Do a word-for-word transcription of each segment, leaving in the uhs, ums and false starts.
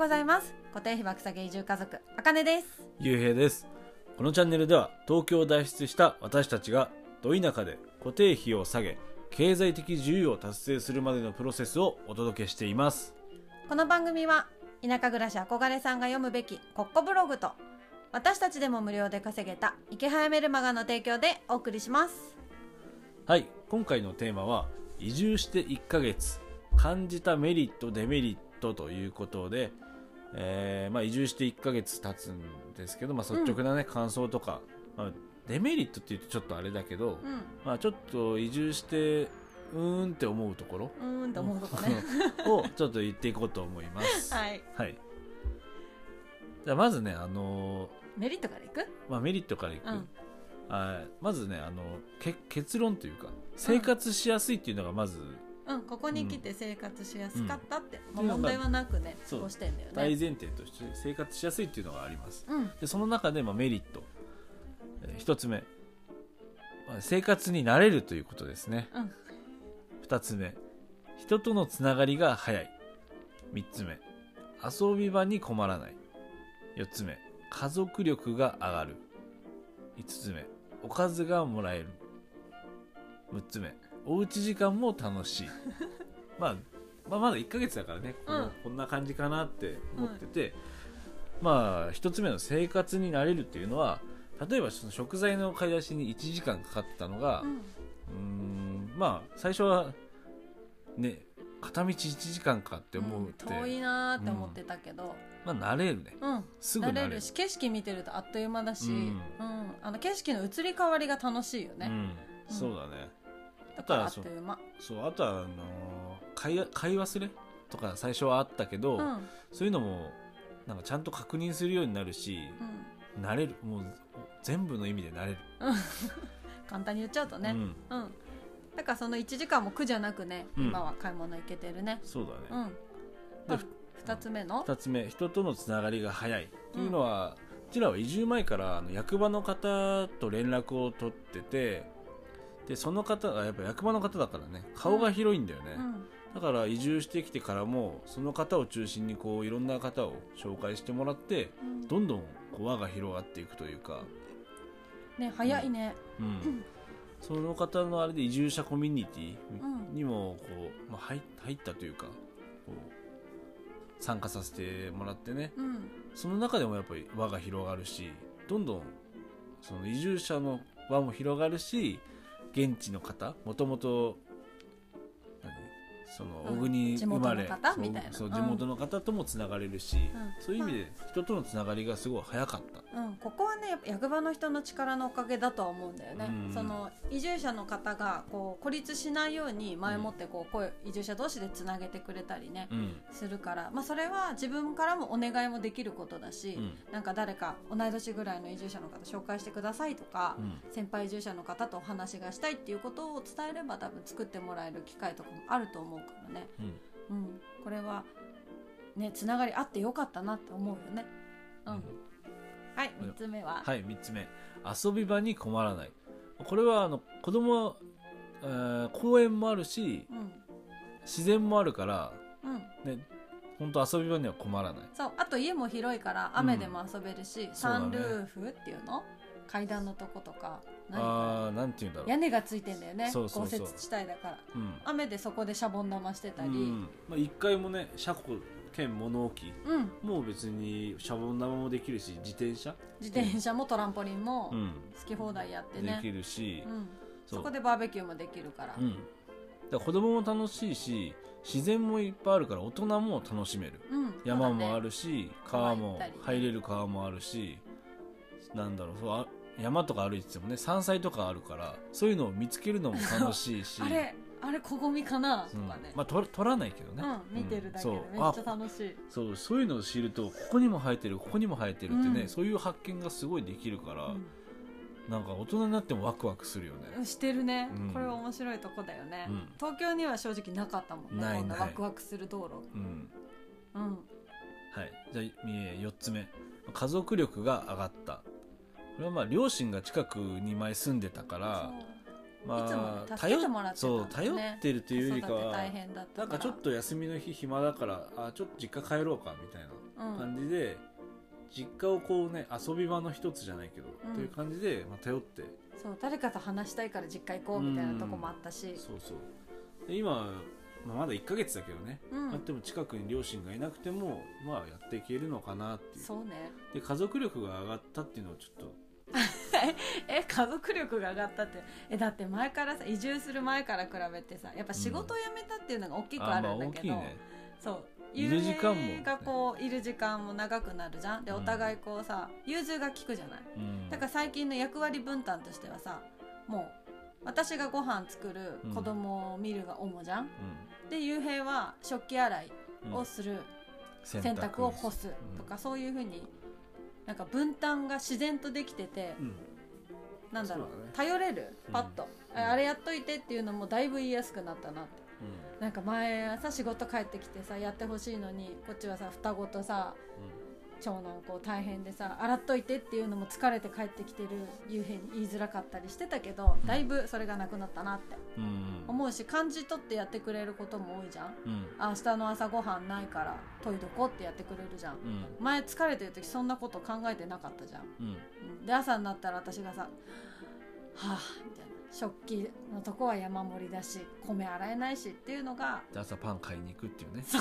ございます。固定費爆下げ移住家族あかねです。 ゆうへいです。このチャンネルでは東京を脱出した私たちがど田舎で固定費を下げ経済的自由を達成するまでのプロセスをお届けしています。 この番組は田舎暮らし憧れさんが読むべきコッコブログと私たちでも無料で稼げた池早メルマガの提供でお送りします。 はい、今回のテーマは移住していっかげつ感じたメリットデメリットということで、えーまあ、移住していっかげつ経つんですけど、まあ、率直な、ねうん、感想とか、まあ、デメリットって言うとちょっとあれだけど、うんまあ、ちょっと移住してうーんって思うところうーんって思うところねをちょっと言っていこうと思いますはい、 はい、じゃあまずね、あのー、 メリットからいく、 まあ、メリットからいく、 うんあまずねあのけ結論というか生活しやすいっていうのがまず、 うんうん、ここに来て生活しやすかったって、うんまあ、問題はなくね過ごしてんだよね。 大前提として生活しやすいっていうのがあります、 うん、 でその中で、まあ、メリット、えー、ひとつめ、まあ、生活に慣れるということですね、うん、ふたつめ人とのつながりが早い、みっつめ遊び場に困らない、よっつめ家族力が上がる、いつつめおかずがもらえる、むっつめおうち時間も楽しいまあ、まあまだいっかげつだからね、この、うん、こんな感じかなって思ってて、うん、まあひとつめの生活に慣れるっていうのは、例えばその食材の買い出しにいちじかんかかってたのが、うん、うーんまあ最初はね片道いちじかんかって思うって、 うん、遠いなって思ってたけど、 うん、まあ慣れるね、うん、すぐ慣れる、慣れるし景色見てるとあっという間だし、うんうん、あの景色の移り変わりが楽しいよね、うんうん、そうだね。 だからあっという間。 そうあとはあのー、買い、買い忘れとか最初はあったけど、うん、そういうのもなんかちゃんと確認するようになるし、うん、慣れる、もう全部の意味で慣れる簡単に言っちゃうとね、うんうん、だからそのいちじかんも苦じゃなくね、うん、今は買い物行けてるね。 そうだね、 うんまあ、ふたつめのふたつめ人とのつながりが早いっていうのは、うん、うちらは移住前からあの役場の方と連絡を取ってて、でその方がやっぱ役場の方だからね顔が広いんだよね、うん、だから移住してきてからもその方を中心にこういろんな方を紹介してもらって、うん、どんどんこう輪が広がっていくというかね、早いね、 うんうん、その方のあれで移住者コミュニティにもこう、まあ、入, 入ったというかこう参加させてもらってね、うん、その中でもやっぱり輪が広がるし、どんどんその移住者の輪も広がるし、現地の方もともとその小国生まれ、 うん、地, そう地元の方ともつながれるし、うん、そういう意味で人とのつながりがすごい早かった、 うん、ここはねやっぱ役場の人の力のおかげだとは思うんだよね、うん、その移住者の方がこう孤立しないように前もってこう声、うん、移住者同士でつなげてくれたりね、うん、するから、まあ、それは自分からもお願いもできることだし、うん、なんか誰か同い年ぐらいの移住者の方紹介してくださいとか、うん、先輩移住者の方とお話がしたいっていうことを伝えれば多分作ってもらえる機会とかもあると思うからね、うんうん、これはねつながりあってよかったなって思うよね、うんうん、はいみっつめははいみっつめ遊び場に困らない。これはあの子供は、えー、公園もあるし、うん、自然もあるから、うんね、本当遊び場には困らない。 そうあと家も広いから雨でも遊べるし、うん、サンルーフっていうの階段のとことかあーなんていうんだろう屋根がついてんだよね。そうそうそう豪雪地帯だから、うん、雨でそこでシャボン玉してたり、うんまあ、いっかいもね車庫兼物置、うん、もう別にシャボン玉もできるし自転車自転車もトランポリンも好き放題やってね、 できるし、うん、 そ, そこでバーベキューもできるから、うん、だから子供も楽しいし自然もいっぱいあるから大人も楽しめる、うん、山もあるし、ね、川も入れる川もあるし、なんだろうそうあ山とか歩いててもね山菜とかあるからそういうのを見つけるのも楽しいしあれあれ小ゴミかなとかね、 うんまあ、取, 取らないけどね、 うん、見てるだけでめっちゃ楽しい、 そう、そういうのを知るとここにも生えてるここにも生えてるってね、うん、そういう発見がすごいできるから、うん、なんか大人になってもワクワクするよね。 してるね、うん、これは面白いとこだよね、うん、東京には正直なかったもんね、こんなワクワクする道路、うんうん、はいじゃあよっつめ家族力が上がった。これはまあ両親が近くに前住んでたからまあ、 いつも、ね、助けてもらってたんだ、ね、 そう頼ってるというよりかは大変だったなんかちょっと休みの日暇だからあちょっと実家帰ろうかみたいな感じで、うん、実家をこうね遊び場の一つじゃないけど、うん、という感じで、まあ、頼ってそう誰かと話したいから実家行こうみたいなとこもあったし、うん、 そうそうで今、まあ、まだいっかげつだけどね、うん、まあ、でも近くに両親がいなくても、まあ、やっていけるのかなっていう。 そうね。 で家族力が上がったっていうのをちょっとえ家族力が上がったってえだって前からさ移住する前から比べてさやっぱ仕事を辞めたっていうのが大きくあるんだけど、うんまあね、そういる時間も、 ね、がこういる時間も長くなるじゃん。でお互いこうさ融通が利くじゃない、うん、だから最近の役割分担としてはさもう私がご飯作る子供を見るが主じゃん、うん、でゆうへいは食器洗いをする、うん、洗濯を干すとか、うん、そういう風になんか分担が自然とできてて、うん、なんだろう、うね、頼れるパッと、うん、あれやっといてっていうのもだいぶ言いやすくなったなって、うん、なんか前朝仕事帰ってきてさやってほしいのにこっちはさ双子とさ、うん、長男こう大変でさ洗っといてっていうのも疲れて帰ってきてる夕平に言いづらかったりしてたけど、うん、だいぶそれがなくなったなって思うし、感じ取ってやってくれることも多いじゃん、うん、あ明日の朝ごはんないから研いどこってやってくれるじゃん、うん、前疲れてる時そんなこと考えてなかったじゃん、うん、で朝になったら私がさはぁみたいな食器のとこは山盛りだし米洗えないしっていうのが朝パン買いに行くっていうね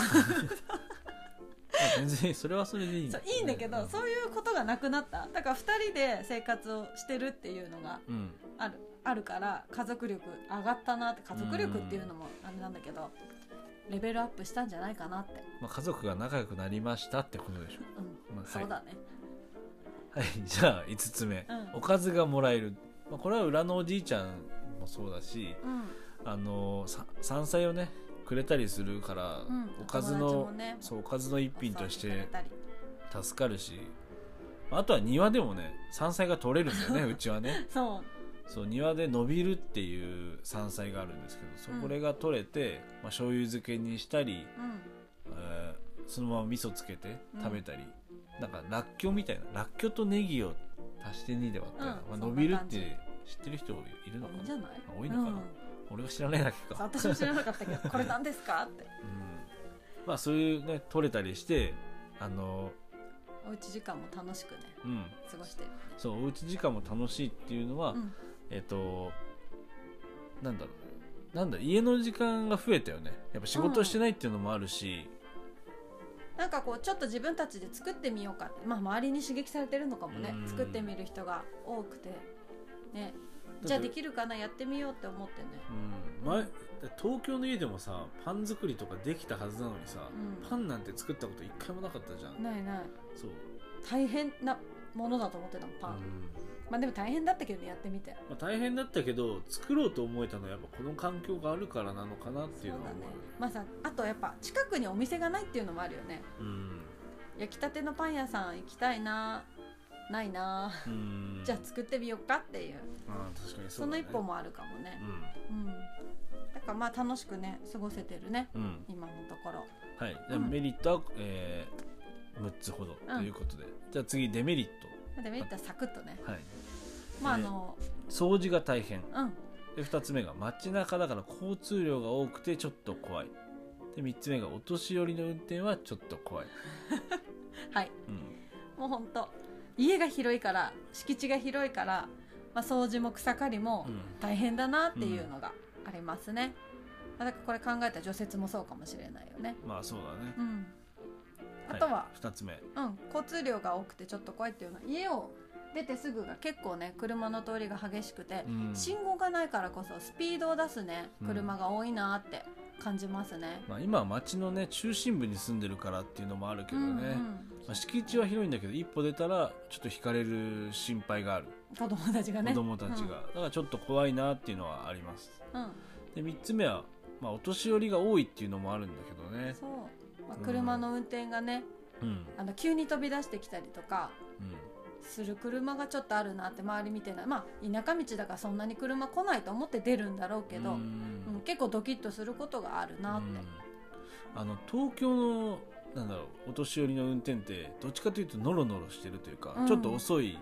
全然それはそれでいいんだ、 そういいんだけど、うん、そういうことがなくなっただからふたりで生活をしてるっていうのがある、うん、あるから家族力上がったなって家族力っていうのもあれなんだけどレベルアップしたんじゃないかなって、 まあ、家族が仲良くなりましたってことでしょ、 うんまあ、そうだねはい、じゃあいつつめ、うん、おかずがもらえる、まあ、これは裏のおじいちゃんもそうだし、うん、あの山菜をねくれたりするから、うん、おかずの、ね、そうおかずの一品として助かるし、あとは庭でもね山菜が取れるんだよねうちはねそうそう庭で伸びるっていう山菜があるんですけどそこが取れて、うんまあ、醤油漬けにしたり、うんえー、そのまま味噌つけて食べたり、うん、なんからっきょうみたいならっきょうとネギを足してにで割ったら、うんまあ、伸びるって知ってる人いるのかな。 多いんじゃない？ 多いのかな、うん俺が知らないだけか。 私も知らなかったけどこれなんですかって、うん、 まあそういうね取れたりしてあのおうち時間も楽しくね、うん、過ごしてる、ね、 そうおうち時間も楽しいっていうのは、うん、えっとなんだろうなんだ家の時間が増えたよねやっぱ仕事してないっていうのもあるし、 うん、なんかこうちょっと自分たちで作ってみようかってまあ周りに刺激されてるのかもね、うん、作ってみる人が多くてねじゃあできるかなやってみようって思ってね、 うん、前東京の家でもさパン作りとかできたはずなのにさ、うん、パンなんて作ったこと一回もなかったじゃん。 ないないそう大変なものだと思ってたのパン、うん、まあでも大変だったけど、ね、やってみて、 まあ、大変だったけど作ろうと思えたのはやっぱこの環境があるからなのかなっていうのは思う。そうだね、 まあさあとやっぱ近くにお店がないっていうのもあるよね、うん、焼きたてのパン屋さん行きたいなないなじゃあ作ってみようかっていう、 あ確かにそ,、ね、その一歩もあるかもね、うんうん、だからまあ楽しくね過ごせてるね、うん、今のところはい、うん、メリットは、えー、むっつほどということで、うん、じゃあ次デメリット。 デメリットはサクッとね、 はいまああのー、掃除が大変、うん、でふたつめが街中だから交通量が多くてちょっと怖いでみっつめがお年寄りの運転はちょっと怖いはい、うん、もうほんと家が広いから敷地が広いから、まあ、掃除も草刈りも大変だなっていうのがありますね、うん、だからこれ考えたら除雪もそうかもしれないよね。 まあそうだね、 うん、あとは、はい、 ふたつめ、 うん、交通量が多くてちょっと怖いっていうのは家を出てすぐが結構ね車の通りが激しくて、うん、信号がないからこそスピードを出すね車が多いなって感じますね、 まあ、今は街のね中心部に住んでるからっていうのもあるけどね、うんうんまあ、敷地は広いんだけど一歩出たらちょっと引かれる心配がある子供たちがね子供たちが、うん、だからちょっと怖いなっていうのはあります、うん、でみっつめは、まあ、お年寄りが多いっていうのもあるんだけどねそう、まあ、車の運転がね、うん、あの急に飛び出してきたりとか、うんする車がちょっとあるなって周り見てない、まあ田舎道だからそんなに車来ないと思って出るんだろうけど、うんうん、結構ドキッとすることがあるなって、 うん、あの東京のなんだろうお年寄りの運転ってどっちかというとノロノロしてるというか、うん、ちょっと遅い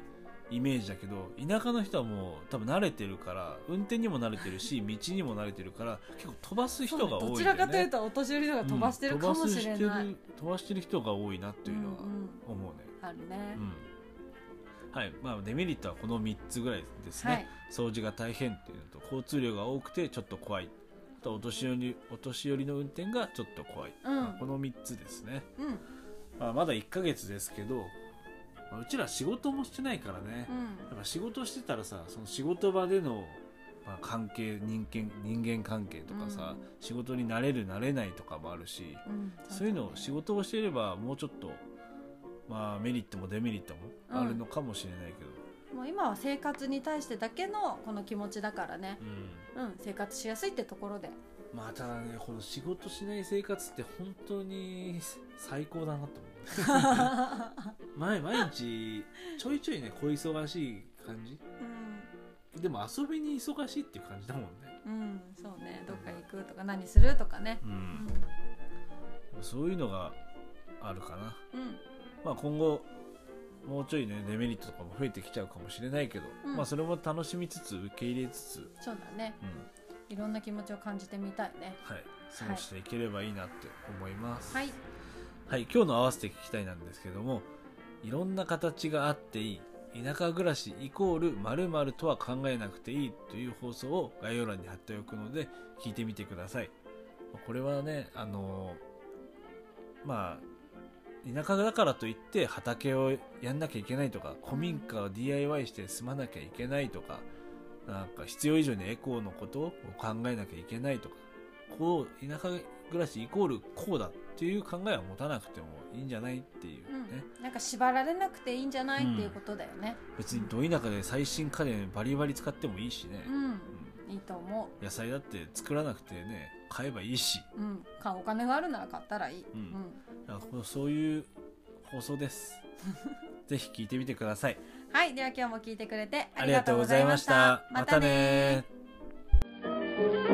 イメージだけど、田舎の人はもう多分慣れてるから、運転にも慣れてるし道にも慣れてるから結構飛ばす人が多いんだよね。 どちらかというとお年寄りの方が飛ばしてるかもしれない、うん、飛ばしてる、 飛ばしてる人が多いなっていうのは思うね、 うんうん、あるね、 うん、はい。まあデメリットはこのみっつぐらいですね、はい、掃除が大変っていうのと交通量が多くてちょっと怖い、あとお年寄り、お年寄りの運転がちょっと怖い、うん、まあ、このみっつですね、うん、まあ、まだいっかげつですけど、うちら仕事もしてないからね、うん、やっぱ仕事してたらさ、その仕事場での、まあ、関係人間、人間関係とかさ、うん、仕事に慣れる慣れないとかもあるし、うん、そういうのを仕事をしていればもうちょっと、まあ、メリットもデメリットもあるのかもしれないけど、 うん、もう今は生活に対してだけのこの気持ちだからね、うんうん、生活しやすいってところで、 まあただね、この仕事しない生活って本当に最高だなと思う毎, 毎日ちょいちょいね小忙しい感じ、うん、でも遊びに忙しいっていう感じだもんね。 うん、そうね、どっか行くとか何するとかね、うんうん、 そういうのがあるかな、うん、まあ今後もうちょいねデメリットとかも増えてきちゃうかもしれないけど、うん、まあそれも楽しみつつ受け入れつつ、 そうだね、うん、いろんな気持ちを感じてみたいね。 はい、過ごしていければいいなって思います。 はい、 はい、今日の合わせて聞きたいなんですけども、いろんな形があっていい、田舎暮らしイコール〇〇とは考えなくていいという放送を概要欄に貼っておくので聞いてみてください。これはね、あのー、まあ田舎だからといって畑をやんなきゃいけないとか、古民家を ディーアイワイ して住まなきゃいけないとか、なんか必要以上にエコのことを考えなきゃいけないとか、こう田舎暮らしイコールこうだっていう考えは持たなくてもいいんじゃないっていうね、 うん、なんか縛られなくていいんじゃない、うん、っていうことだよね。 別にど田舎で最新家電バリバリ使ってもいいしね、 うんうん、いいと思う。野菜だって作らなくてね買えばいいし、 うん、お金があるなら買ったらいい、うんうん、 だからそういう放送ですぜひ聞いてみてください。 はい、では今日も聞いてくれてありがとうございました。 またね。